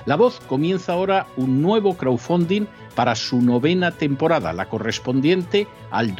La Voz comienza ahora un nuevo crowdfunding para su 9ª temporada, la correspondiente al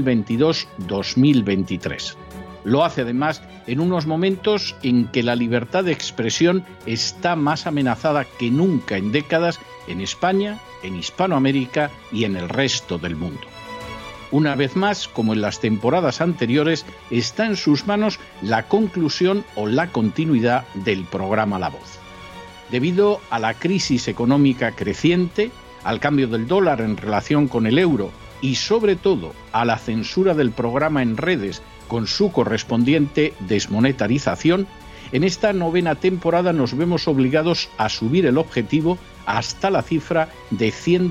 2022-2023. Lo hace además en unos momentos en que la libertad de expresión está más amenazada que nunca en décadas en España, en Hispanoamérica y en el resto del mundo. Una vez más, como en las temporadas anteriores, está en sus manos la conclusión o la continuidad del programa La Voz. Debido a la crisis económica creciente, al cambio del dólar en relación con el euro y sobre todo a la censura del programa en redes con su correspondiente desmonetarización, en esta 9ª temporada nos vemos obligados a subir el objetivo hasta la cifra de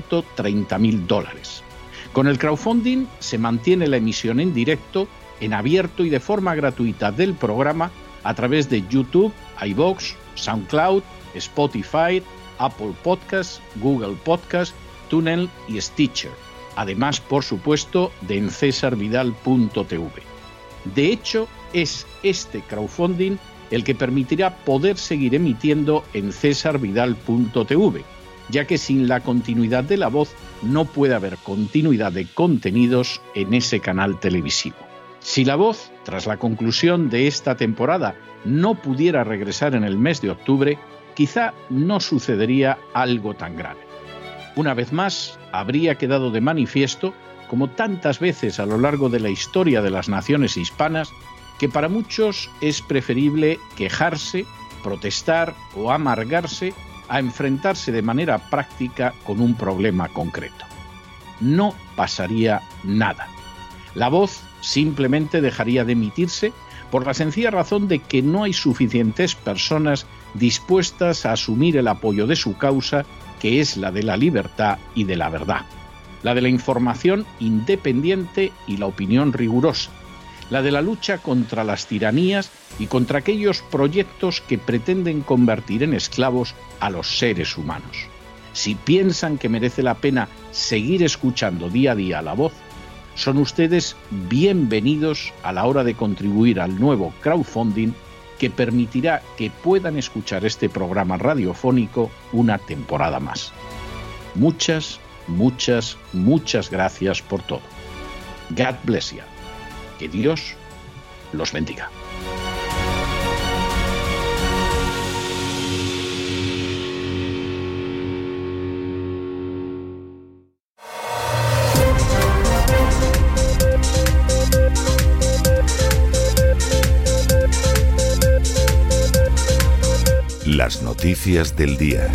$130.000. Con el crowdfunding se mantiene la emisión en directo, en abierto y de forma gratuita del programa a través de YouTube, iVoox, SoundCloud, Spotify, Apple Podcasts, Google Podcasts, TuneIn y Stitcher. Además, por supuesto, de encesarvidal.tv. De hecho, es este crowdfunding el que permitirá poder seguir emitiendo en cesarvidal.tv, ya que sin la continuidad de La Voz no puede haber continuidad de contenidos en ese canal televisivo. Si La Voz, tras la conclusión de esta temporada, no pudiera regresar en el mes de octubre, quizá no sucedería algo tan grave. Una vez más, habría quedado de manifiesto, como tantas veces a lo largo de la historia de las naciones hispanas, que para muchos es preferible quejarse, protestar o amargarse a enfrentarse de manera práctica con un problema concreto. No pasaría nada. La Voz simplemente dejaría de emitirse por la sencilla razón de que no hay suficientes personas dispuestas a asumir el apoyo de su causa, que es la de la libertad y de la verdad, la de la información independiente y la opinión rigurosa, la de la lucha contra las tiranías y contra aquellos proyectos que pretenden convertir en esclavos a los seres humanos. Si piensan que merece la pena seguir escuchando día a día La Voz, son ustedes bienvenidos a la hora de contribuir al nuevo crowdfunding que permitirá que puedan escuchar este programa radiofónico una temporada más. Muchas gracias por todo. God bless you. Que Dios los bendiga. Las noticias del día.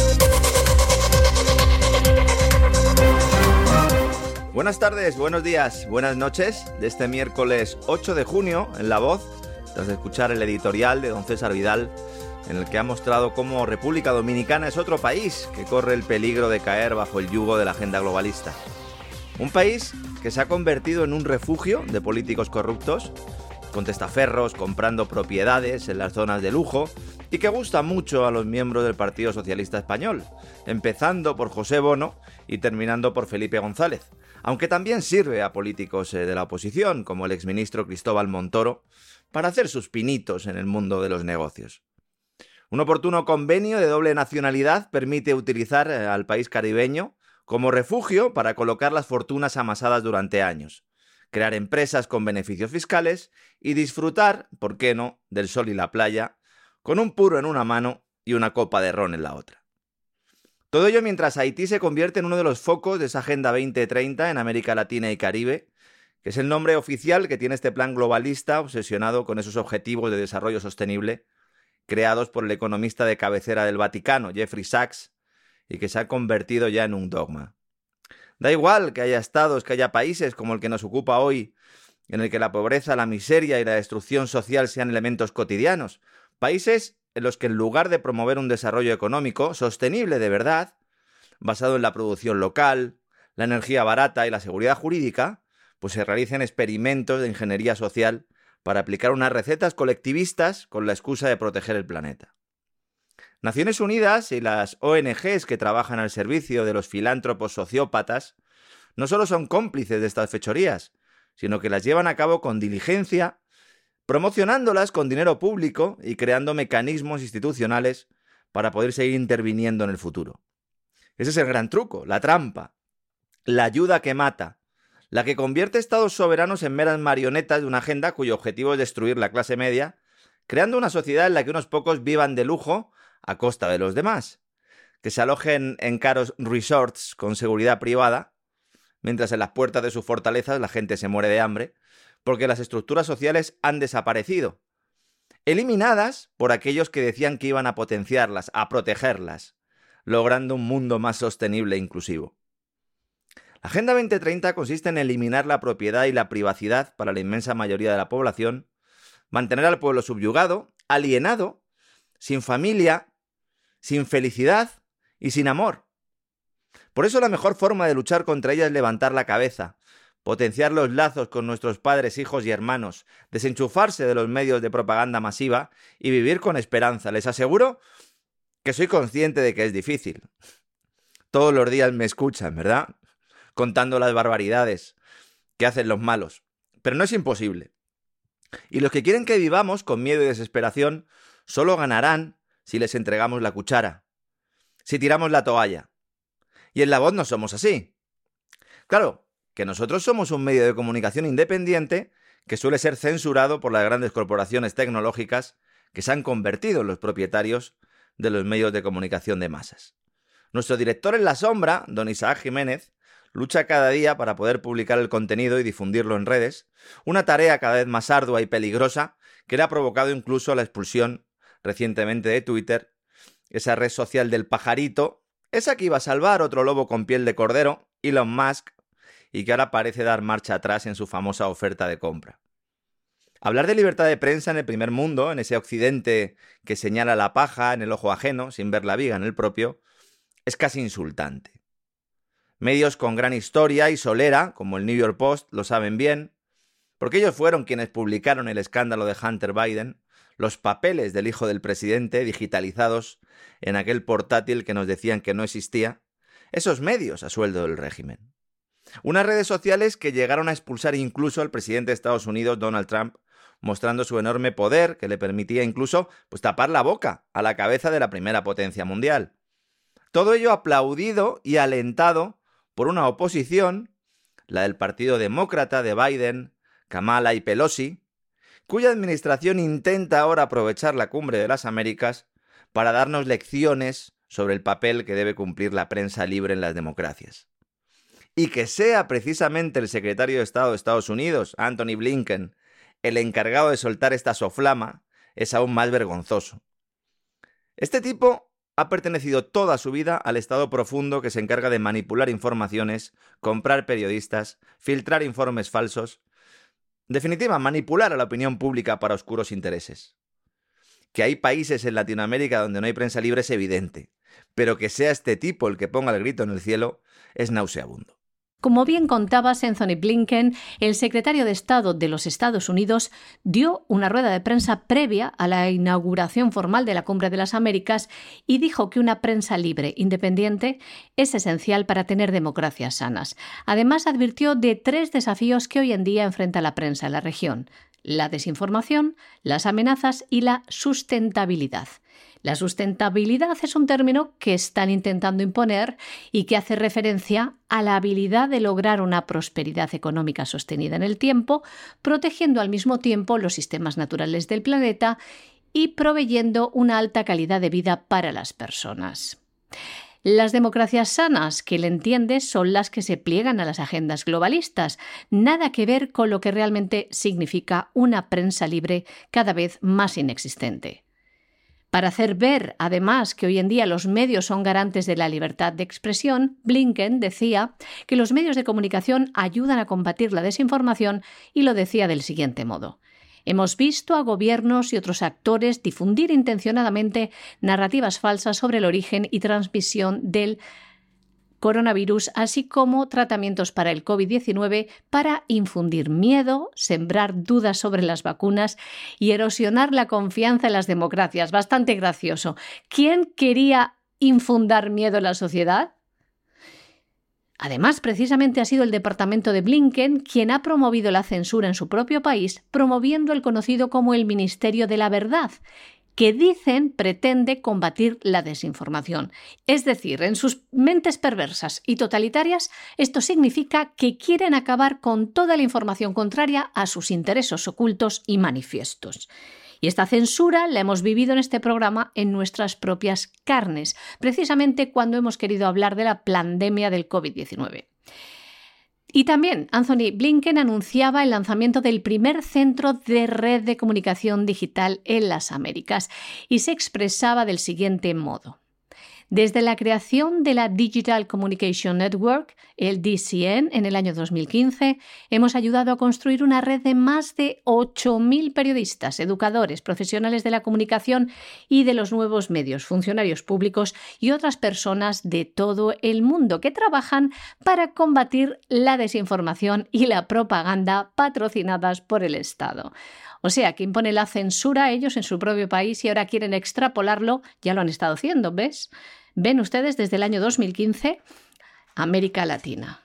Buenas tardes, buenos días, buenas noches de este miércoles 8 de junio en La Voz, tras escuchar el editorial de don César Vidal, en el que ha mostrado cómo República Dominicana es otro país que corre el peligro de caer bajo el yugo de la agenda globalista. Un país que se ha convertido en un refugio de políticos corruptos, con testaferros comprando propiedades en las zonas de lujo y que gusta mucho a los miembros del Partido Socialista Español, empezando por José Bono y terminando por Felipe González, aunque también sirve a políticos de la oposición, como el exministro Cristóbal Montoro, para hacer sus pinitos en el mundo de los negocios. Un oportuno convenio de doble nacionalidad permite utilizar al país caribeño como refugio para colocar las fortunas amasadas durante años, crear empresas con beneficios fiscales y disfrutar, ¿por qué no?, del sol y la playa, con un puro en una mano y una copa de ron en la otra. Todo ello mientras Haití se convierte en uno de los focos de esa Agenda 2030 en América Latina y Caribe, que es el nombre oficial que tiene este plan globalista obsesionado con esos objetivos de desarrollo sostenible creados por el economista de cabecera del Vaticano, Jeffrey Sachs, y que se ha convertido ya en un dogma. Da igual que haya estados, que haya países como el que nos ocupa hoy, en el que la pobreza, la miseria y la destrucción social sean elementos cotidianos. Países en los que en lugar de promover un desarrollo económico sostenible de verdad, basado en la producción local, la energía barata y la seguridad jurídica, pues se realicen experimentos de ingeniería social para aplicar unas recetas colectivistas con la excusa de proteger el planeta. Naciones Unidas y las ONGs que trabajan al servicio de los filántropos sociópatas no solo son cómplices de estas fechorías, sino que las llevan a cabo con diligencia, promocionándolas con dinero público y creando mecanismos institucionales para poder seguir interviniendo en el futuro. Ese es el gran truco, la trampa, la ayuda que mata, la que convierte estados soberanos en meras marionetas de una agenda cuyo objetivo es destruir la clase media, creando una sociedad en la que unos pocos vivan de lujo a costa de los demás, que se alojen en caros resorts con seguridad privada, mientras en las puertas de sus fortalezas la gente se muere de hambre, porque las estructuras sociales han desaparecido, eliminadas por aquellos que decían que iban a potenciarlas, a protegerlas, logrando un mundo más sostenible e inclusivo. La Agenda 2030 consiste en eliminar la propiedad y la privacidad para la inmensa mayoría de la población, mantener al pueblo subyugado, alienado, sin familia, sin felicidad y sin amor. Por eso la mejor forma de luchar contra ella es levantar la cabeza, potenciar los lazos con nuestros padres, hijos y hermanos, desenchufarse de los medios de propaganda masiva y vivir con esperanza. Les aseguro que soy consciente de que es difícil. Todos los días me escuchan, ¿verdad? Contando las barbaridades que hacen los malos. Pero no es imposible. Y los que quieren que vivamos con miedo y desesperación solo ganarán si les entregamos la cuchara, si tiramos la toalla. Y en La Voz no somos así. Claro, que nosotros somos un medio de comunicación independiente que suele ser censurado por las grandes corporaciones tecnológicas que se han convertido en los propietarios de los medios de comunicación de masas. Nuestro director en la sombra, don Isaac Jiménez, lucha cada día para poder publicar el contenido y difundirlo en redes, una tarea cada vez más ardua y peligrosa que le ha provocado incluso la expulsión recientemente de Twitter, esa red social del pajarito, esa que iba a salvar otro lobo con piel de cordero, Elon Musk, y que ahora parece dar marcha atrás en su famosa oferta de compra. Hablar de libertad de prensa en el primer mundo, en ese occidente que señala la paja en el ojo ajeno, sin ver la viga en el propio, es casi insultante. Medios con gran historia y solera, como el New York Post, lo saben bien, porque ellos fueron quienes publicaron el escándalo de Hunter Biden, los papeles del hijo del presidente digitalizados en aquel portátil que nos decían que no existía, esos medios a sueldo del régimen. Unas redes sociales que llegaron a expulsar incluso al presidente de Estados Unidos, Donald Trump, mostrando su enorme poder que le permitía incluso tapar la boca a la cabeza de la primera potencia mundial. Todo ello aplaudido y alentado por una oposición, la del Partido Demócrata de Biden, Kamala y Pelosi, cuya administración intenta ahora aprovechar la Cumbre de las Américas para darnos lecciones sobre el papel que debe cumplir la prensa libre en las democracias. Y que sea precisamente el secretario de Estado de Estados Unidos, Antony Blinken, el encargado de soltar esta soflama, es aún más vergonzoso. Este tipo ha pertenecido toda su vida al Estado profundo que se encarga de manipular informaciones, comprar periodistas, filtrar informes falsos, en definitiva, manipular a la opinión pública para oscuros intereses. Que hay países en Latinoamérica donde no hay prensa libre es evidente, pero que sea este tipo el que ponga el grito en el cielo es nauseabundo. Como bien contabas, Anthony Blinken, el secretario de Estado de los Estados Unidos, dio una rueda de prensa previa a la inauguración formal de la Cumbre de las Américas y dijo que una prensa libre, independiente, es esencial para tener democracias sanas. Además, advirtió de 3 desafíos que hoy en día enfrenta la prensa en la región: la desinformación, las amenazas y la sustentabilidad. La sustentabilidad es un término que están intentando imponer y que hace referencia a la habilidad de lograr una prosperidad económica sostenida en el tiempo, protegiendo al mismo tiempo los sistemas naturales del planeta y proveyendo una alta calidad de vida para las personas. Las democracias sanas, que él entiende, son las que se pliegan a las agendas globalistas, nada que ver con lo que realmente significa una prensa libre cada vez más inexistente. Para hacer ver, además, que hoy en día los medios son garantes de la libertad de expresión, Blinken decía que los medios de comunicación ayudan a combatir la desinformación y lo decía del siguiente modo: hemos visto a gobiernos y otros actores difundir intencionadamente narrativas falsas sobre el origen y transmisión del coronavirus, así como tratamientos para el COVID-19 para infundir miedo, sembrar dudas sobre las vacunas y erosionar la confianza en las democracias. Bastante gracioso. ¿Quién quería infundar miedo en la sociedad? Además, precisamente ha sido el departamento de Blinken quien ha promovido la censura en su propio país, promoviendo el conocido como el Ministerio de la Verdad, que dicen pretende combatir la desinformación. Es decir, en sus mentes perversas y totalitarias, esto significa que quieren acabar con toda la información contraria a sus intereses ocultos y manifiestos. Y esta censura la hemos vivido en este programa en nuestras propias carnes, precisamente cuando hemos querido hablar de la pandemia del COVID-19. Y también Anthony Blinken anunciaba el lanzamiento del primer centro de red de comunicación digital en las Américas y se expresaba del siguiente modo. Desde la creación de la Digital Communication Network, el DCN, en el año 2015, hemos ayudado a construir una red de más de 8.000 periodistas, educadores, profesionales de la comunicación y de los nuevos medios, funcionarios públicos y otras personas de todo el mundo que trabajan para combatir la desinformación y la propaganda patrocinadas por el Estado. O sea, que impone la censura a ellos en su propio país y ahora quieren extrapolarlo, ya lo han estado haciendo, ¿ves? Ven ustedes desde el año 2015, América Latina.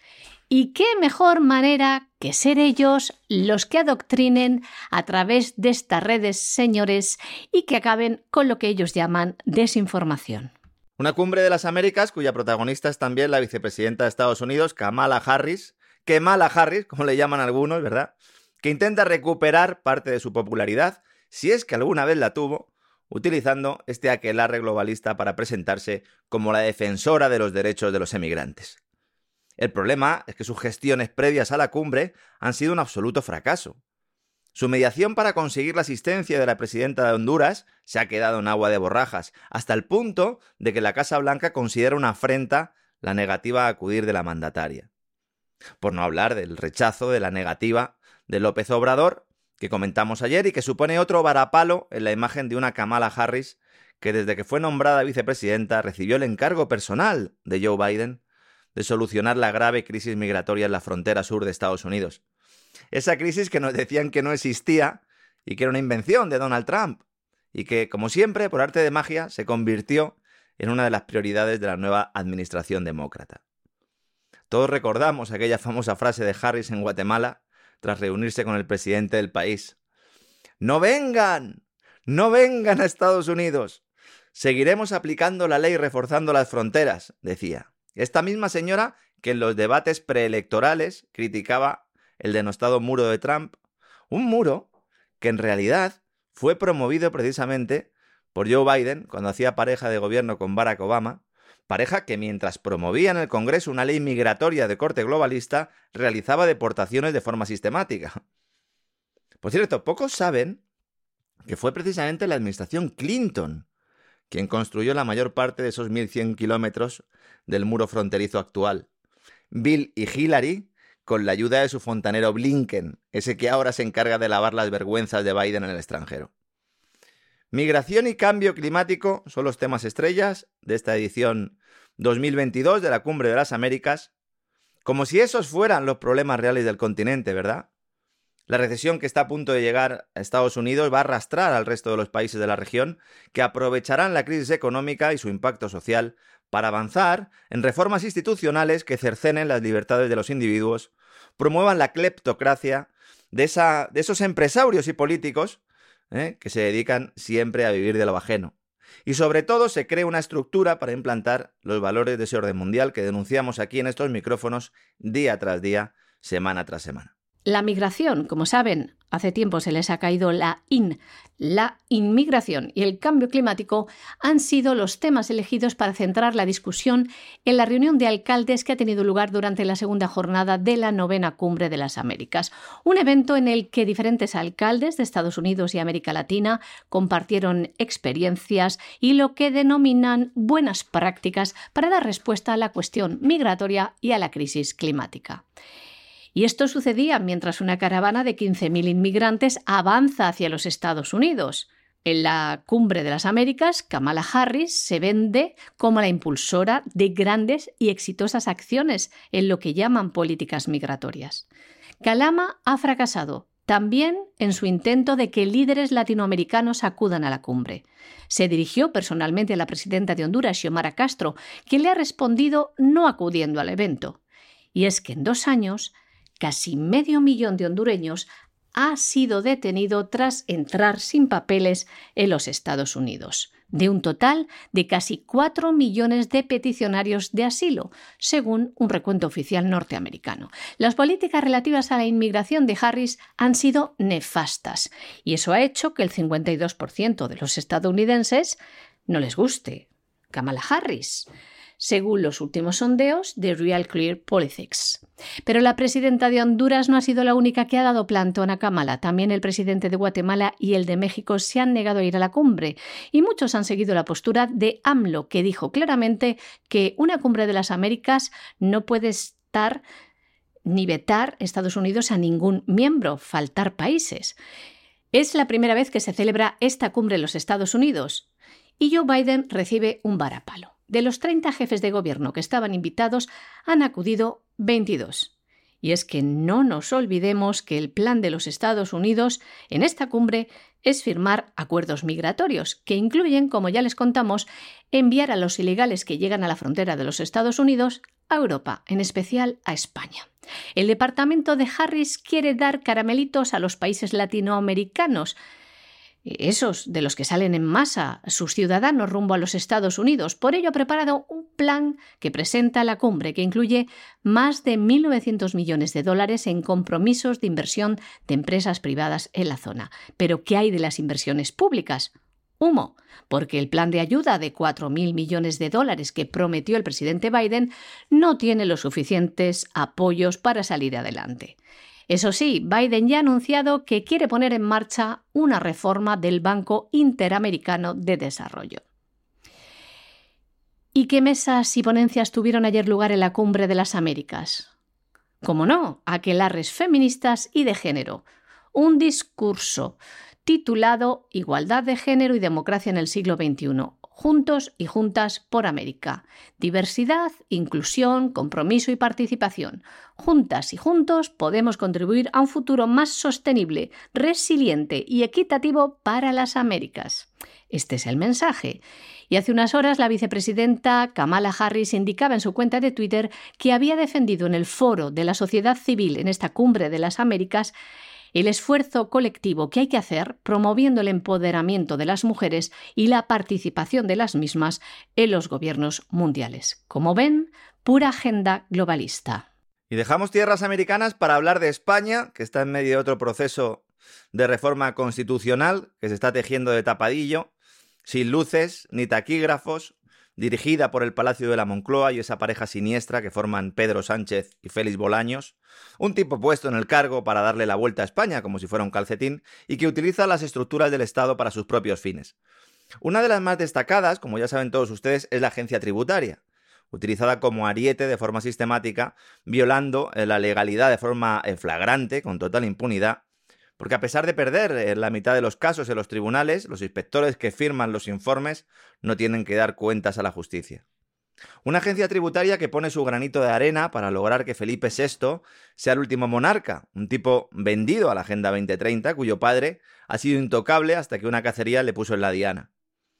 ¿Y qué mejor manera que ser ellos los que adoctrinen a través de estas redes, señores, y que acaben con lo que ellos llaman desinformación? Una cumbre de las Américas cuya protagonista es también la vicepresidenta de Estados Unidos, Kamala Harris, como le llaman algunos, ¿verdad?, que intenta recuperar parte de su popularidad, si es que alguna vez la tuvo, utilizando este aquelarre globalista para presentarse como la defensora de los derechos de los emigrantes. El problema es que sus gestiones previas a la cumbre han sido un absoluto fracaso. Su mediación para conseguir la asistencia de la presidenta de Honduras se ha quedado en agua de borrajas, hasta el punto de que la Casa Blanca considera una afrenta la negativa a acudir de la mandataria. Por no hablar del rechazo de la negativa de López Obrador, que comentamos ayer y que supone otro varapalo en la imagen de una Kamala Harris que desde que fue nombrada vicepresidenta recibió el encargo personal de Joe Biden de solucionar la grave crisis migratoria en la frontera sur de Estados Unidos. Esa crisis que nos decían que no existía y que era una invención de Donald Trump y que, como siempre, por arte de magia, se convirtió en una de las prioridades de la nueva administración demócrata. Todos recordamos aquella famosa frase de Harris en Guatemala tras reunirse con el presidente del país. ¡No vengan! ¡No vengan a Estados Unidos! Seguiremos aplicando la ley y reforzando las fronteras, decía. Esta misma señora que en los debates preelectorales criticaba el denostado muro de Trump, un muro que en realidad fue promovido precisamente por Joe Biden cuando hacía pareja de gobierno con Barack Obama, pareja que mientras promovía en el Congreso una ley migratoria de corte globalista, realizaba deportaciones de forma sistemática. Por cierto, pocos saben que fue precisamente la administración Clinton quien construyó la mayor parte de esos 1.100 kilómetros del muro fronterizo actual. Bill y Hillary, con la ayuda de su fontanero Blinken, ese que ahora se encarga de lavar las vergüenzas de Biden en el extranjero. Migración y cambio climático son los temas estrellas de esta edición 2022 de la Cumbre de las Américas, como si esos fueran los problemas reales del continente, ¿verdad? La recesión que está a punto de llegar a Estados Unidos va a arrastrar al resto de los países de la región, que aprovecharán la crisis económica y su impacto social para avanzar en reformas institucionales que cercenen las libertades de los individuos, promuevan la cleptocracia de esos empresarios y políticos que se dedican siempre a vivir de lo ajeno. Y sobre todo se cree una estructura para implantar los valores de ese orden mundial que denunciamos aquí en estos micrófonos día tras día, semana tras semana. La migración, como saben, hace tiempo se les ha caído la inmigración y el cambio climático han sido los temas elegidos para centrar la discusión en la reunión de alcaldes que ha tenido lugar durante la segunda jornada de la 9ª Cumbre de las Américas. Un evento en el que diferentes alcaldes de Estados Unidos y América Latina compartieron experiencias y lo que denominan buenas prácticas para dar respuesta a la cuestión migratoria y a la crisis climática. Y esto sucedía mientras una caravana de 15.000 inmigrantes avanza hacia los Estados Unidos. En la Cumbre de las Américas, Kamala Harris se vende como la impulsora de grandes y exitosas acciones en lo que llaman políticas migratorias. Kalama ha fracasado también en su intento de que líderes latinoamericanos acudan a la cumbre. Se dirigió personalmente a la presidenta de Honduras, Xiomara Castro, quien le ha respondido no acudiendo al evento. Y es que en 2 años, casi 500.000 de hondureños ha sido detenido tras entrar sin papeles en los Estados Unidos, de un total de casi 4 millones de peticionarios de asilo, según un recuento oficial norteamericano. Las políticas relativas a la inmigración de Harris han sido nefastas, y eso ha hecho que el 52% de los estadounidenses no les guste Kamala Harris, según los últimos sondeos de Real Clear Politics. Pero la presidenta de Honduras no ha sido la única que ha dado plantón a Kamala. También el presidente de Guatemala y el de México se han negado a ir a la cumbre, y muchos han seguido la postura de AMLO, que dijo claramente que una cumbre de las Américas no puede estar ni vetar Estados Unidos a ningún miembro, faltar países. Es la primera vez que se celebra esta cumbre en los Estados Unidos, y Joe Biden recibe un varapalo. De los 30 jefes de gobierno que estaban invitados, han acudido 22. Y es que no nos olvidemos que el plan de los Estados Unidos en esta cumbre es firmar acuerdos migratorios, que incluyen, como ya les contamos, enviar a los ilegales que llegan a la frontera de los Estados Unidos a Europa, en especial a España. El departamento de Harris quiere dar caramelitos a los países latinoamericanos, esos de los que salen en masa sus ciudadanos rumbo a los Estados Unidos. Por ello ha preparado un plan que presenta la cumbre, que incluye más de 1.900 millones de dólares en compromisos de inversión de empresas privadas en la zona. Pero ¿qué hay de las inversiones públicas? Humo, porque el plan de ayuda de 4.000 millones de dólares que prometió el presidente Biden no tiene los suficientes apoyos para salir adelante. Eso sí, Biden ya ha anunciado que quiere poner en marcha una reforma del Banco Interamericano de Desarrollo. ¿Y qué mesas y ponencias tuvieron ayer lugar en la Cumbre de las Américas? Cómo no, aquelarres feministas y de género. Un discurso titulado Igualdad de género y democracia en el siglo XXI. Juntos y juntas por América. Diversidad, inclusión, compromiso y participación. Juntas y juntos podemos contribuir a un futuro más sostenible, resiliente y equitativo para las Américas. Este es el mensaje. Y hace unas horas la vicepresidenta Kamala Harris indicaba en su cuenta de Twitter que había defendido en el foro de la sociedad civil en esta Cumbre de las Américas el esfuerzo colectivo que hay que hacer promoviendo el empoderamiento de las mujeres y la participación de las mismas en los gobiernos mundiales. Como ven, pura agenda globalista. Y dejamos tierras americanas para hablar de España, que está en medio de otro proceso de reforma constitucional que se está tejiendo de tapadillo, sin luces ni taquígrafos, dirigida por el Palacio de la Moncloa y esa pareja siniestra que forman Pedro Sánchez y Félix Bolaños, un tipo puesto en el cargo para darle la vuelta a España como si fuera un calcetín y que utiliza las estructuras del Estado para sus propios fines. Una de las más destacadas, como ya saben todos ustedes, es la agencia tributaria, utilizada como ariete de forma sistemática, violando la legalidad de forma flagrante, con total impunidad, porque a pesar de perder la mitad de los casos en los tribunales, los inspectores que firman los informes no tienen que dar cuentas a la justicia. Una agencia tributaria que pone su granito de arena para lograr que Felipe VI sea el último monarca, un tipo vendido a la Agenda 2030, cuyo padre ha sido intocable hasta que una cacería le puso en la diana.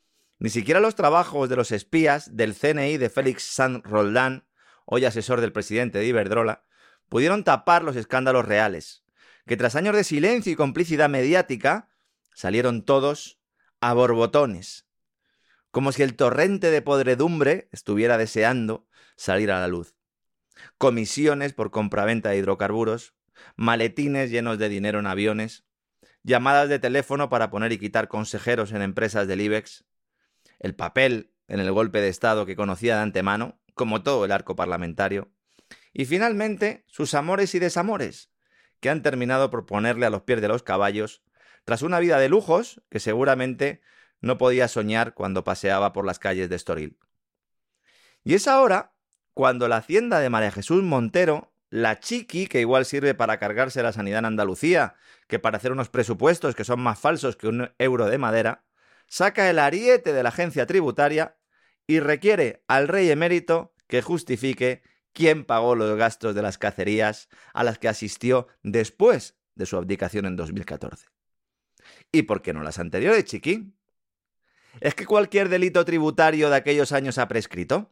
Ni siquiera los trabajos de los espías del CNI de Félix Sanz Roldán, hoy asesor del presidente de Iberdrola, pudieron tapar los escándalos reales, que tras años de silencio y complicidad mediática, salieron todos a borbotones, como si el torrente de podredumbre estuviera deseando salir a la luz. Comisiones por compraventa de hidrocarburos, maletines llenos de dinero en aviones, llamadas de teléfono para poner y quitar consejeros en empresas del IBEX, el papel en el golpe de Estado que conocía de antemano, como todo el arco parlamentario, y finalmente sus amores y desamores, que han terminado por ponerle a los pies de los caballos, tras una vida de lujos que seguramente no podía soñar cuando paseaba por las calles de Estoril. Y es ahora cuando la hacienda de María Jesús Montero, la chiqui, que igual sirve para cargarse la sanidad en Andalucía, que para hacer unos presupuestos que son más falsos que un euro de madera, saca el ariete de la agencia tributaria y requiere al rey emérito que justifique quién pagó los gastos de las cacerías a las que asistió después de su abdicación en 2014. ¿Y por qué no las anteriores, chiqui? ¿Es que cualquier delito tributario de aquellos años ha prescrito?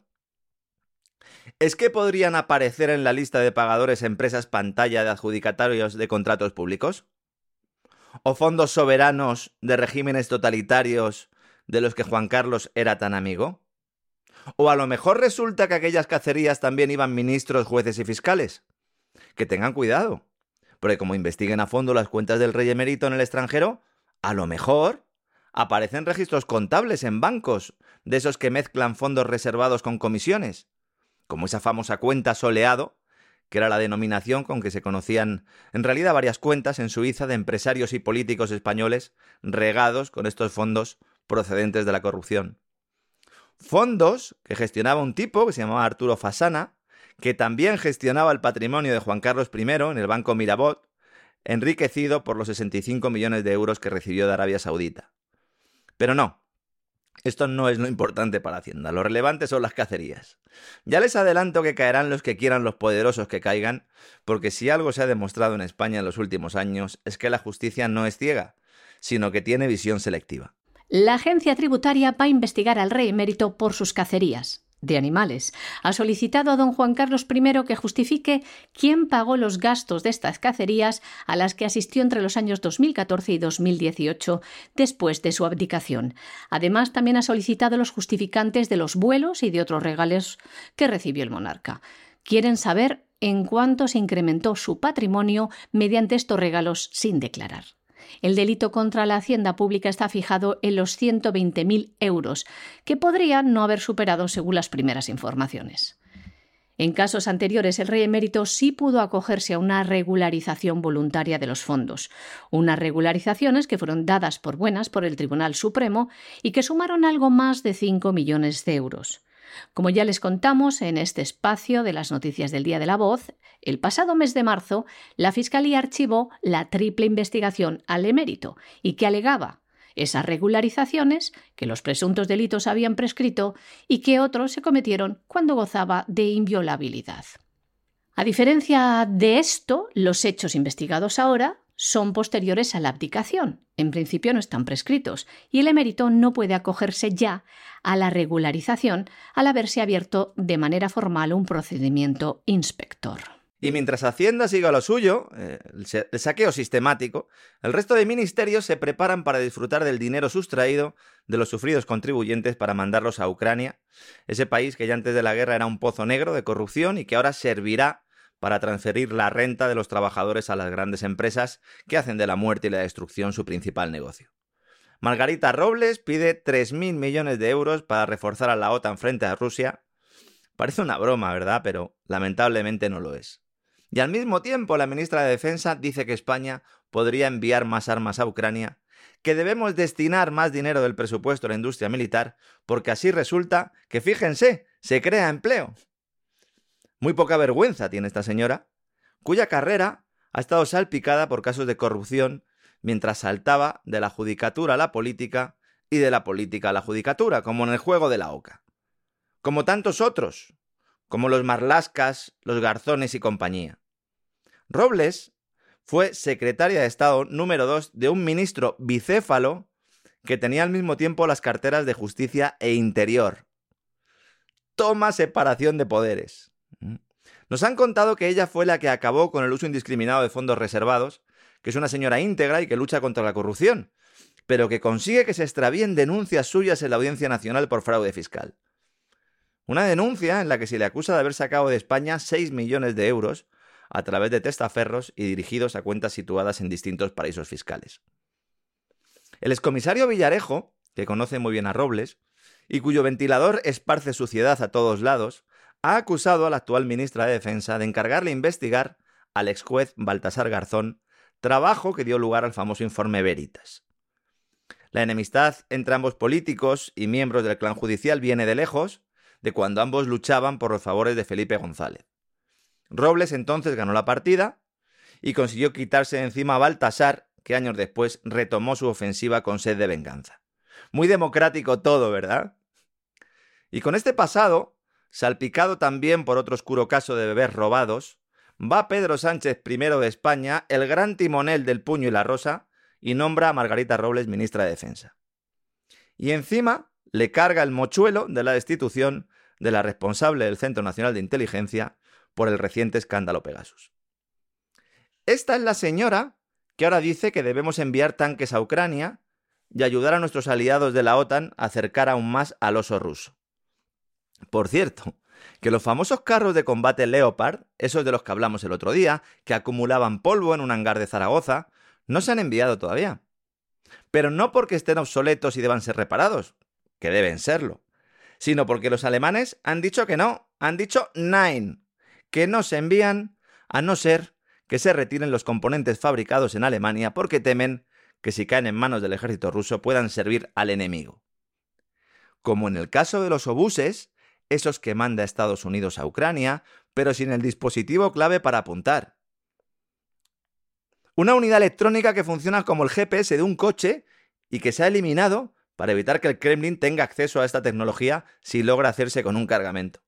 ¿Es que podrían aparecer en la lista de pagadores empresas pantalla de adjudicatarios de contratos públicos? ¿O fondos soberanos de regímenes totalitarios de los que Juan Carlos era tan amigo? ¿O a lo mejor resulta que a aquellas cacerías también iban ministros, jueces y fiscales? Que tengan cuidado, porque como investiguen a fondo las cuentas del rey emérito en el extranjero, a lo mejor aparecen registros contables en bancos de esos que mezclan fondos reservados con comisiones, como esa famosa cuenta Soleado, que era la denominación con que se conocían en realidad varias cuentas en Suiza de empresarios y políticos españoles regados con estos fondos procedentes de la corrupción. Fondos que gestionaba un tipo que se llamaba Arturo Fasana, que también gestionaba el patrimonio de Juan Carlos I en el Banco Mirabaud, enriquecido por los 65 millones de euros que recibió de Arabia Saudita. Pero no, esto no es lo importante para Hacienda, lo relevante son las cacerías. Ya les adelanto que caerán los que quieran, los poderosos que caigan, porque si algo se ha demostrado en España en los últimos años es que la justicia no es ciega, sino que tiene visión selectiva. La agencia tributaria va a investigar al rey emérito por sus cacerías de animales. Ha solicitado a don Juan Carlos I que justifique quién pagó los gastos de estas cacerías a las que asistió entre los años 2014 y 2018, después de su abdicación. Además, también ha solicitado los justificantes de los vuelos y de otros regalos que recibió el monarca. Quieren saber en cuánto se incrementó su patrimonio mediante estos regalos sin declarar. El delito contra la hacienda pública está fijado en los 120.000 euros, que podrían no haber superado según las primeras informaciones. En casos anteriores, el rey emérito sí pudo acogerse a una regularización voluntaria de los fondos, unas regularizaciones que fueron dadas por buenas por el Tribunal Supremo y que sumaron algo más de 5 millones de euros. Como ya les contamos en este espacio de las noticias del Día de la Voz, el pasado mes de marzo, la Fiscalía archivó la triple investigación al emérito y que alegaba esas regularizaciones, que los presuntos delitos habían prescrito y que otros se cometieron cuando gozaba de inviolabilidad. A diferencia de esto, los hechos investigados ahora son posteriores a la abdicación. En principio no están prescritos y el emérito no puede acogerse ya a la regularización al haberse abierto de manera formal un procedimiento inspector. Y mientras Hacienda siga lo suyo, el saqueo sistemático, el resto de ministerios se preparan para disfrutar del dinero sustraído de los sufridos contribuyentes para mandarlos a Ucrania, ese país que ya antes de la guerra era un pozo negro de corrupción y que ahora servirá para transferir la renta de los trabajadores a las grandes empresas que hacen de la muerte y la destrucción su principal negocio. Margarita Robles pide 3.000 millones de euros para reforzar a la OTAN frente a Rusia. Parece una broma, ¿verdad? Pero lamentablemente no lo es. Y al mismo tiempo la ministra de Defensa dice que España podría enviar más armas a Ucrania, que debemos destinar más dinero del presupuesto a la industria militar, porque así resulta que, fíjense, se crea empleo. Muy poca vergüenza tiene esta señora, cuya carrera ha estado salpicada por casos de corrupción mientras saltaba de la judicatura a la política y de la política a la judicatura, como en el juego de la oca. Como tantos otros, como los Marlaskas, los Garzones y compañía. Robles fue secretaria de Estado número 2 de un ministro bicéfalo que tenía al mismo tiempo las carteras de Justicia e Interior. Toma separación de poderes. Nos han contado que ella fue la que acabó con el uso indiscriminado de fondos reservados, que es una señora íntegra y que lucha contra la corrupción, pero que consigue que se extravíen denuncias suyas en la Audiencia Nacional por fraude fiscal. Una denuncia en la que se le acusa de haber sacado de España 6 millones de euros a través de testaferros y dirigidos a cuentas situadas en distintos paraísos fiscales. El excomisario Villarejo, que conoce muy bien a Robles, y cuyo ventilador esparce suciedad a todos lados, ha acusado a la actual ministra de Defensa de encargarle investigar al exjuez Baltasar Garzón, trabajo que dio lugar al famoso informe Veritas. La enemistad entre ambos políticos y miembros del clan judicial viene de lejos, de cuando ambos luchaban por los favores de Felipe González. Robles entonces ganó la partida y consiguió quitarse de encima a Baltasar, que años después retomó su ofensiva con sed de venganza. Muy democrático todo, ¿verdad? Y con este pasado, salpicado también por otro oscuro caso de bebés robados, va Pedro Sánchez I de España, el gran timonel del puño y la rosa, y nombra a Margarita Robles ministra de Defensa. Y encima le carga el mochuelo de la destitución de la responsable del Centro Nacional de Inteligencia por el reciente escándalo Pegasus. Esta es la señora que ahora dice que debemos enviar tanques a Ucrania y ayudar a nuestros aliados de la OTAN a acercar aún más al oso ruso. Por cierto, que los famosos carros de combate Leopard, esos de los que hablamos el otro día, que acumulaban polvo en un hangar de Zaragoza, no se han enviado todavía. Pero no porque estén obsoletos y deban ser reparados, que deben serlo, sino porque los alemanes han dicho que no, han dicho nein, que no se envían a no ser que se retiren los componentes fabricados en Alemania porque temen que si caen en manos del ejército ruso puedan servir al enemigo. Como en el caso de los obuses, esos que manda Estados Unidos a Ucrania, pero sin el dispositivo clave para apuntar. Una unidad electrónica que funciona como el GPS de un coche y que se ha eliminado para evitar que el Kremlin tenga acceso a esta tecnología si logra hacerse con un cargamento.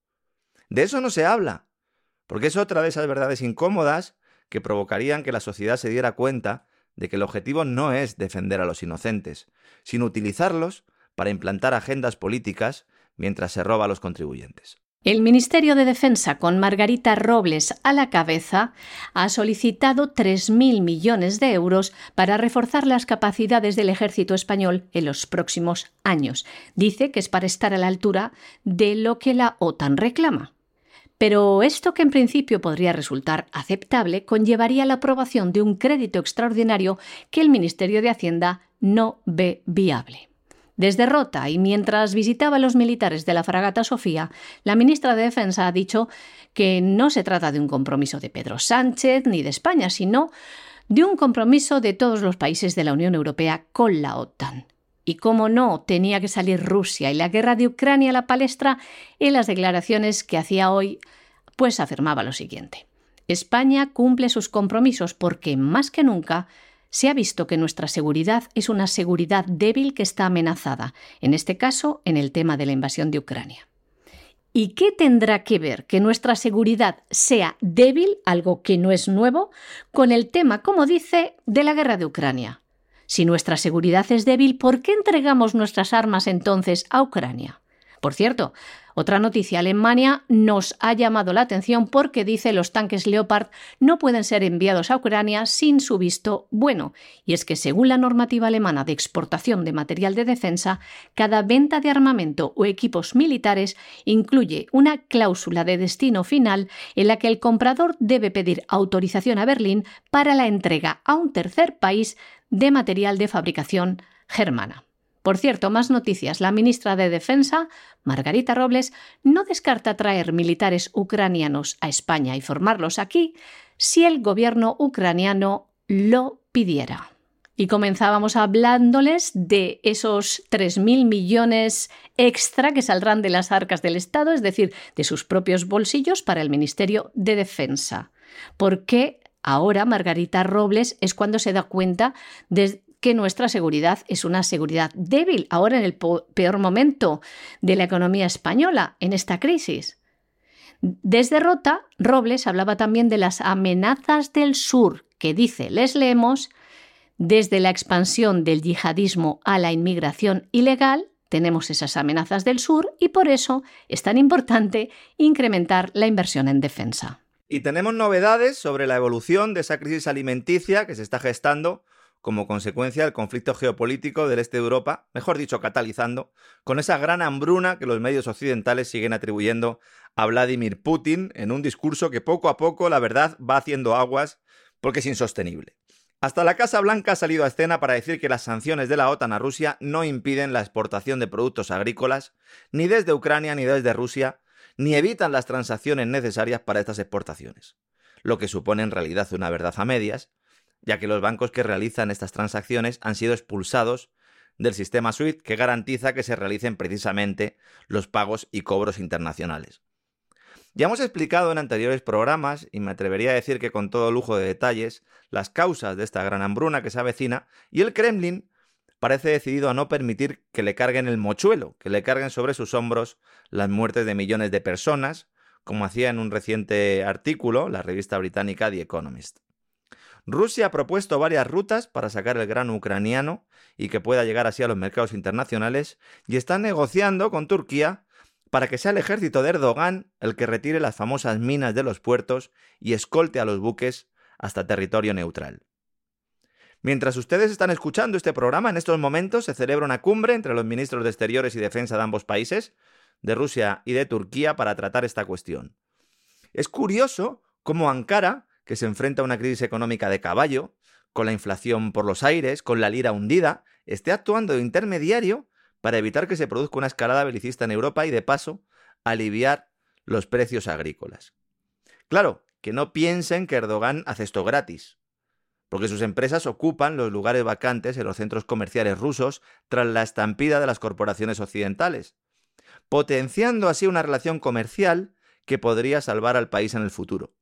De eso no se habla, porque es otra de esas verdades incómodas que provocarían que la sociedad se diera cuenta de que el objetivo no es defender a los inocentes, sino utilizarlos para implantar agendas políticas mientras se roba a los contribuyentes. El Ministerio de Defensa, con Margarita Robles a la cabeza, ha solicitado 3.000 millones de euros para reforzar las capacidades del ejército español en los próximos años. Dice que es para estar a la altura de lo que la OTAN reclama. Pero esto, que en principio podría resultar aceptable, conllevaría la aprobación de un crédito extraordinario que el Ministerio de Hacienda no ve viable. Desde Rota, y mientras visitaba a los militares de la fragata Sofía, la ministra de Defensa ha dicho que no se trata de un compromiso de Pedro Sánchez ni de España, sino de un compromiso de todos los países de la Unión Europea con la OTAN. Y cómo no, tenía que salir Rusia y la guerra de Ucrania a la palestra. En las declaraciones que hacía hoy, pues afirmaba lo siguiente: España cumple sus compromisos porque, más que nunca, se ha visto que nuestra seguridad es una seguridad débil que está amenazada, en este caso en el tema de la invasión de Ucrania. ¿Y qué tendrá que ver que nuestra seguridad sea débil, algo que no es nuevo, con el tema, como dice, de la guerra de Ucrania? Si nuestra seguridad es débil, ¿por qué entregamos nuestras armas entonces a Ucrania? Por cierto, otra noticia: Alemania nos ha llamado la atención porque dice los tanques Leopard no pueden ser enviados a Ucrania sin su visto bueno. Y es que, según la normativa alemana de exportación de material de defensa, cada venta de armamento o equipos militares incluye una cláusula de destino final en la que el comprador debe pedir autorización a Berlín para la entrega a un tercer país de material de fabricación germana. Por cierto, más noticias. La ministra de Defensa, Margarita Robles, no descarta traer militares ucranianos a España y formarlos aquí si el gobierno ucraniano lo pidiera. Y comenzábamos hablándoles de esos 3.000 millones extra que saldrán de las arcas del Estado, es decir, de sus propios bolsillos, para el Ministerio de Defensa. Porque ahora Margarita Robles es cuando se da cuenta de que nuestra seguridad es una seguridad débil, ahora en el peor momento de la economía española, en esta crisis. Desde Rota, Robles hablaba también de las amenazas del sur, que dice, les leemos: desde la expansión del yihadismo a la inmigración ilegal, tenemos esas amenazas del sur y por eso es tan importante incrementar la inversión en defensa. Y tenemos novedades sobre la evolución de esa crisis alimenticia que se está gestando como consecuencia del conflicto geopolítico del este de Europa, mejor dicho, catalizando, con esa gran hambruna que los medios occidentales siguen atribuyendo a Vladimir Putin en un discurso que poco a poco, la verdad, va haciendo aguas porque es insostenible. Hasta la Casa Blanca ha salido a escena para decir que las sanciones de la OTAN a Rusia no impiden la exportación de productos agrícolas, ni desde Ucrania ni desde Rusia, ni evitan las transacciones necesarias para estas exportaciones, lo que supone en realidad una verdad a medias, ya que los bancos que realizan estas transacciones han sido expulsados del sistema SWIFT, que garantiza que se realicen precisamente los pagos y cobros internacionales. Ya hemos explicado en anteriores programas, y me atrevería a decir que con todo lujo de detalles, las causas de esta gran hambruna que se avecina, y el Kremlin parece decidido a no permitir que le carguen el mochuelo, que le carguen sobre sus hombros las muertes de millones de personas, como hacía en un reciente artículo la revista británica The Economist. Rusia ha propuesto varias rutas para sacar el grano ucraniano y que pueda llegar así a los mercados internacionales, y está negociando con Turquía para que sea el ejército de Erdogan el que retire las famosas minas de los puertos y escolte a los buques hasta territorio neutral. Mientras ustedes están escuchando este programa, en estos momentos se celebra una cumbre entre los ministros de Exteriores y Defensa de ambos países, de Rusia y de Turquía, para tratar esta cuestión. Es curioso cómo Ankara, que se enfrenta a una crisis económica de caballo, con la inflación por los aires, con la lira hundida, esté actuando de intermediario para evitar que se produzca una escalada belicista en Europa y, de paso, aliviar los precios agrícolas. Claro, que no piensen que Erdogan hace esto gratis, porque sus empresas ocupan los lugares vacantes en los centros comerciales rusos tras la estampida de las corporaciones occidentales, potenciando así una relación comercial que podría salvar al país en el futuro.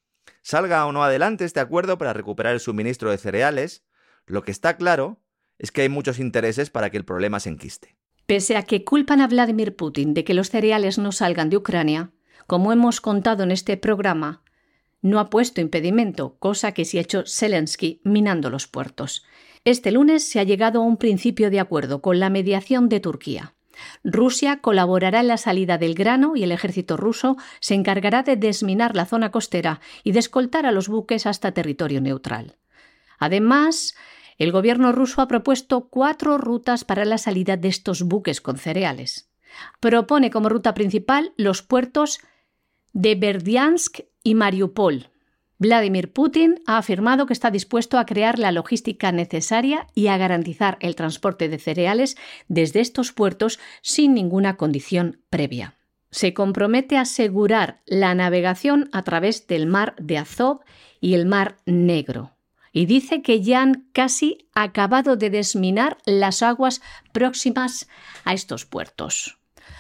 Salga o no adelante este acuerdo para recuperar el suministro de cereales, lo que está claro es que hay muchos intereses para que el problema se enquiste. Pese a que culpan a Vladimir Putin de que los cereales no salgan de Ucrania, como hemos contado en este programa, no ha puesto impedimento, cosa que sí ha hecho Zelensky minando los puertos. Este lunes se ha llegado a un principio de acuerdo con la mediación de Turquía. Rusia colaborará en la salida del grano y el ejército ruso se encargará de desminar la zona costera y de escoltar a los buques hasta territorio neutral. Además, el gobierno ruso ha propuesto 4 rutas para la salida de estos buques con cereales. Propone como ruta principal los puertos de Berdiansk y Mariupol. Vladimir Putin ha afirmado que está dispuesto a crear la logística necesaria y a garantizar el transporte de cereales desde estos puertos sin ninguna condición previa. Se compromete a asegurar la navegación a través del mar de Azov y el mar Negro. Y dice que ya han casi acabado de desminar las aguas próximas a estos puertos.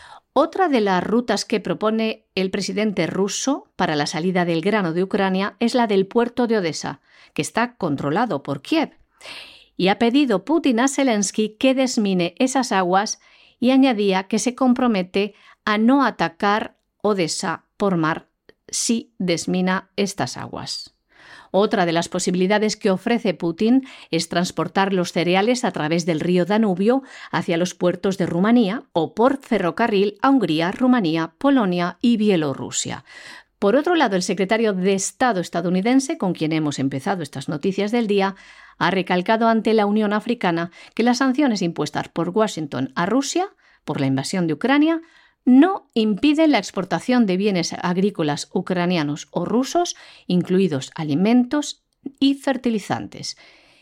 Otra de las rutas que propone el presidente ruso para la salida del grano de Ucrania es la del puerto de Odesa, que está controlado por Kiev. Y ha pedido Putin a Zelensky que desmine esas aguas y añadía que se compromete a no atacar Odesa por mar si desmina estas aguas. Otra de las posibilidades que ofrece Putin es transportar los cereales a través del río Danubio hacia los puertos de Rumanía o por ferrocarril a Hungría, Rumanía, Polonia y Bielorrusia. Por otro lado, el secretario de Estado estadounidense, con quien hemos empezado estas noticias del día, ha recalcado ante la Unión Africana que las sanciones impuestas por Washington a Rusia por la invasión de Ucrania no impiden la exportación de bienes agrícolas ucranianos o rusos, incluidos alimentos y fertilizantes,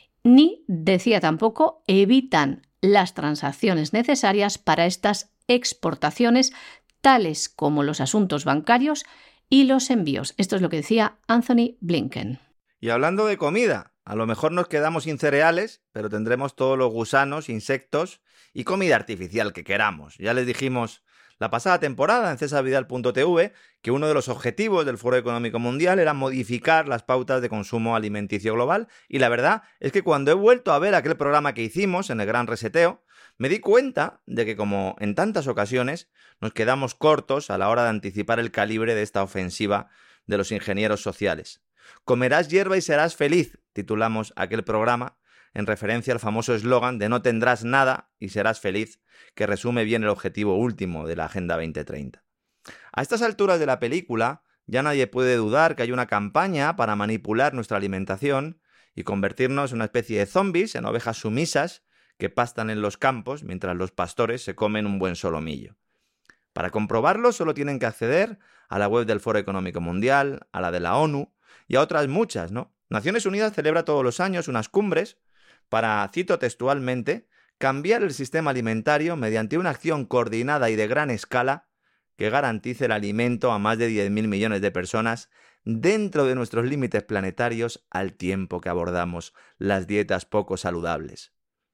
ni, decía tampoco, evitan las transacciones necesarias para estas exportaciones, tales como los asuntos bancarios y los envíos. Esto es lo que decía Anthony Blinken. Y hablando de comida, a lo mejor nos quedamos sin cereales, pero tendremos todos los gusanos, insectos y comida artificial que queramos. Ya les dijimos la pasada temporada en cesarvidal.tv que uno de los objetivos del Foro Económico Mundial era modificar las pautas de consumo alimenticio global, y la verdad es que cuando he vuelto a ver aquel programa que hicimos en el Gran Reseteo, me di cuenta de que, como en tantas ocasiones, nos quedamos cortos a la hora de anticipar el calibre de esta ofensiva de los ingenieros sociales. Comerás hierba y serás feliz, titulamos aquel programa, en referencia al famoso eslogan de no tendrás nada y serás feliz, que resume bien el objetivo último de la Agenda 2030. A estas alturas de la película, ya nadie puede dudar que hay una campaña para manipular nuestra alimentación y convertirnos en una especie de zombies, en ovejas sumisas que pastan en los campos mientras los pastores se comen un buen solomillo. Para comprobarlo solo tienen que acceder a la web del Foro Económico Mundial, a la de la ONU y a otras muchas, ¿no? Naciones Unidas celebra todos los años unas cumbres para, cito textualmente, cambiar el sistema alimentario mediante una acción coordinada y de gran escala que garantice el alimento a más de 10.000 millones de personas dentro de nuestros límites planetarios al tiempo que abordamos las dietas poco saludables.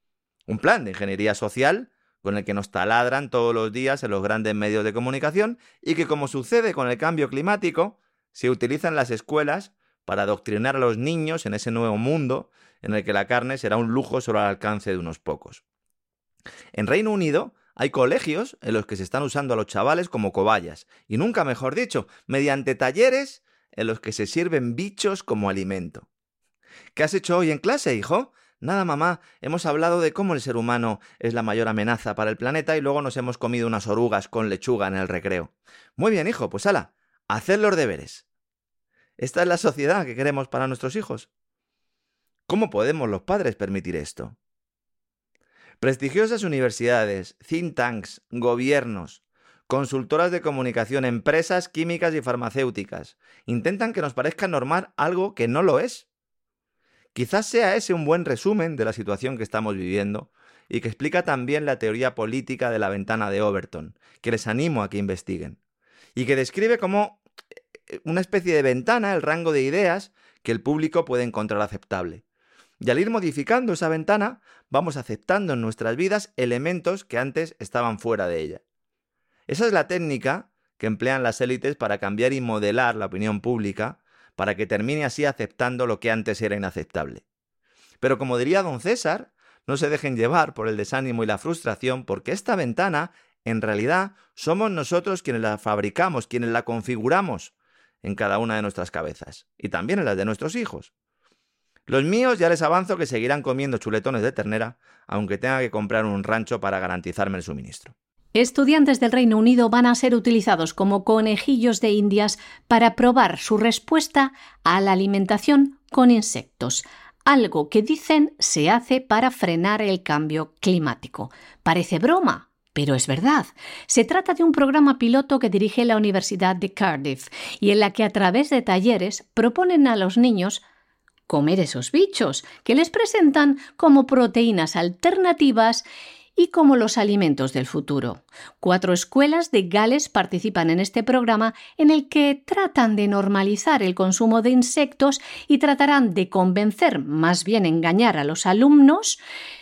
Un plan de ingeniería social con el que nos taladran todos los días en los grandes medios de comunicación y que, como sucede con el cambio climático, se utiliza en las escuelas para adoctrinar a los niños en ese nuevo mundo en el que la carne será un lujo solo al alcance de unos pocos. En Reino Unido hay colegios en los que se están usando a los chavales como cobayas, y nunca mejor dicho, mediante talleres en los que se sirven bichos como alimento. ¿Qué has hecho hoy en clase, hijo? Nada, mamá, hemos hablado de cómo el ser humano es la mayor amenaza para el planeta y luego nos hemos comido unas orugas con lechuga en el recreo. Muy bien, hijo, pues hala, haced los deberes. ¿Esta es la sociedad que queremos para nuestros hijos? ¿Cómo podemos los padres permitir esto? Prestigiosas universidades, think tanks, gobiernos, consultoras de comunicación, empresas químicas y farmacéuticas intentan que nos parezca normal algo que no lo es. Quizás sea ese un buen resumen de la situación que estamos viviendo y que explica también la teoría política de la ventana de Overton, que les animo a que investiguen, y que describe como una especie de ventana, el rango de ideas que el público puede encontrar aceptable. Y al ir modificando esa ventana, vamos aceptando en nuestras vidas elementos que antes estaban fuera de ella. Esa es la técnica que emplean las élites para cambiar y modelar la opinión pública, para que termine así aceptando lo que antes era inaceptable. Pero como diría don César, no se dejen llevar por el desánimo y la frustración, porque esta ventana, en realidad, somos nosotros quienes la fabricamos, quienes la configuramos en cada una de nuestras cabezas, y también en las de nuestros hijos. Los míos ya les avanzo que seguirán comiendo chuletones de ternera, aunque tenga que comprar un rancho para garantizarme el suministro. Estudiantes del Reino Unido van a ser utilizados como conejillos de indias para probar su respuesta a la alimentación con insectos, algo que dicen se hace para frenar el cambio climático. Parece broma, pero es verdad. Se trata de un programa piloto que dirige la Universidad de Cardiff y en la que a través de talleres proponen a los niños comer esos bichos que les presentan como proteínas alternativas y como los alimentos del futuro. 4 escuelas de Gales participan en este programa en el que tratan de normalizar el consumo de insectos y tratarán de convencer, más bien engañar a los alumnos,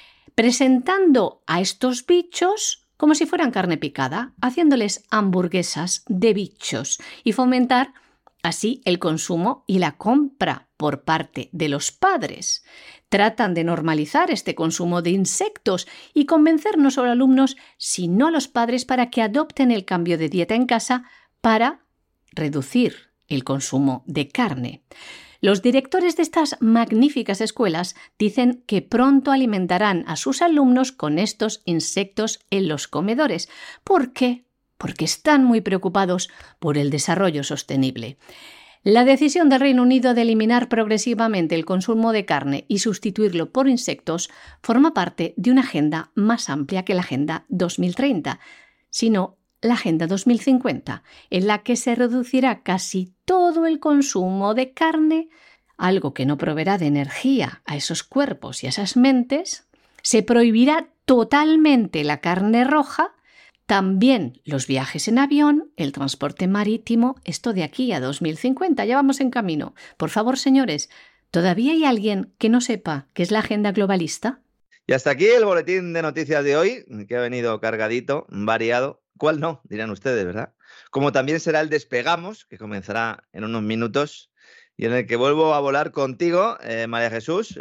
presentando a estos bichos como si fueran carne picada, haciéndoles hamburguesas de bichos y fomentar así el consumo y la compra por parte de los padres. Tratan de normalizar este consumo de insectos y convencer no solo a alumnos, sino a los padres para que adopten el cambio de dieta en casa para reducir el consumo de carne. Los directores de estas magníficas escuelas dicen que pronto alimentarán a sus alumnos con estos insectos en los comedores. ¿Por qué? Porque están muy preocupados por el desarrollo sostenible. La decisión del Reino Unido de eliminar progresivamente el consumo de carne y sustituirlo por insectos forma parte de una agenda más amplia que la Agenda 2030, sino la Agenda 2050, en la que se reducirá casi todo el consumo de carne, algo que no proveerá de energía a esos cuerpos y a esas mentes. Se prohibirá totalmente la carne roja, también los viajes en avión, el transporte marítimo, esto de aquí a 2050, ya vamos en camino. Por favor, señores, ¿todavía hay alguien que no sepa qué es la agenda globalista? Y hasta aquí el boletín de noticias de hoy, que ha venido cargadito, variado. ¿Cuál no? Dirán ustedes, ¿verdad? Como también será el Despegamos, que comenzará en unos minutos, y en el que vuelvo a volar contigo, María Jesús.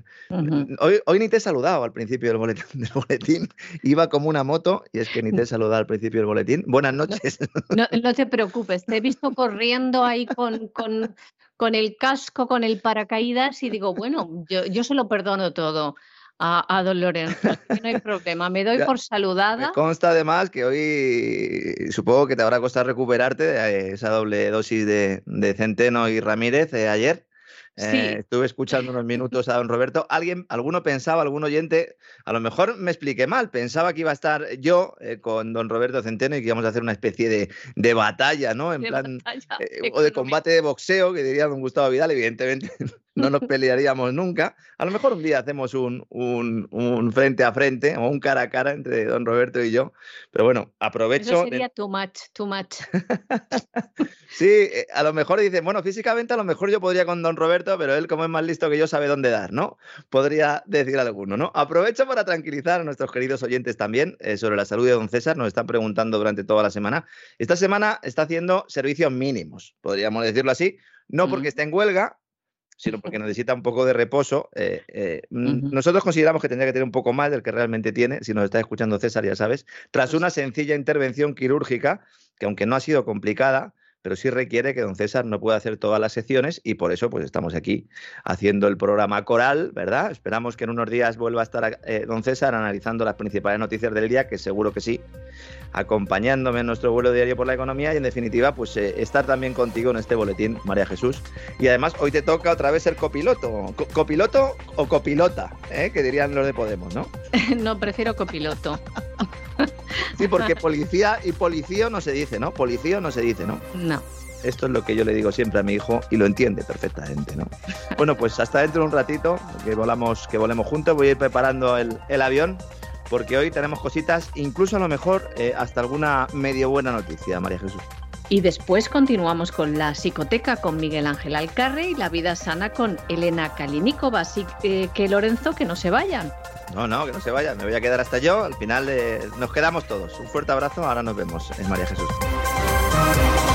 Hoy ni te he saludado al principio del boletín. Iba como una moto y es que ni te he saludado al principio del boletín. Buenas noches. No te preocupes, te he visto corriendo ahí con el casco, con el paracaídas y digo, bueno, yo se lo perdono todo a don Lorenzo, no hay problema, me doy por saludada. Me consta además que hoy supongo que te habrá costado recuperarte de esa doble dosis de Centeno y Ramírez ayer. Sí. Estuve escuchando unos minutos a don Roberto. Alguno pensaba, algún oyente, a lo mejor me expliqué mal, pensaba que iba a estar yo con don Roberto Centeno y que íbamos a hacer una especie de batalla, ¿no? En plan, o de combate de boxeo, que diría don Gustavo Vidal, evidentemente no nos pelearíamos nunca. A lo mejor un día hacemos un frente a frente o un cara a cara entre don Roberto y yo. Pero bueno, aprovecho... Eso sería too much. Sí, a lo mejor dicen, bueno, físicamente a lo mejor yo podría con don Roberto, pero él, como es más listo que yo, sabe dónde dar, ¿no? Podría decir alguno, ¿no? Aprovecho para tranquilizar a nuestros queridos oyentes también sobre la salud de don César. Nos están preguntando durante toda la semana. Esta semana está haciendo servicios mínimos, podríamos decirlo así. No porque esté en huelga, sino porque necesita un poco de reposo. Nosotros consideramos que tendría que tener un poco más del que realmente tiene, si nos está escuchando César, ya sabes, tras una sencilla intervención quirúrgica, que aunque no ha sido complicada, pero sí requiere que don César no pueda hacer todas las secciones y por eso pues estamos aquí haciendo el programa coral, ¿verdad? Esperamos que en unos días vuelva a estar don César analizando las principales noticias del día, que seguro que sí, acompañándome en nuestro vuelo diario por la economía y en definitiva pues estar también contigo en este boletín, María Jesús. Y además hoy te toca otra vez ser copiloto. ¿Copiloto o copilota? Que dirían los de Podemos, ¿no? No, prefiero copiloto. Sí, porque policía y policío no se dice, ¿no? Policío no se dice, ¿no? No. Esto es lo que yo le digo siempre a mi hijo y lo entiende perfectamente, ¿no? Bueno, pues hasta dentro de un ratito, que volemos juntos, voy a ir preparando el avión, porque hoy tenemos cositas, incluso a lo mejor hasta alguna medio buena noticia, María Jesús. Y después continuamos con la psicoteca con Miguel Ángel Alcarre y la vida sana con Elena Kaliníkova. Así que Lorenzo, que no se vayan. No, que no se vayan, me voy a quedar hasta yo. Al final nos quedamos todos. Un fuerte abrazo, ahora nos vemos, María Jesús.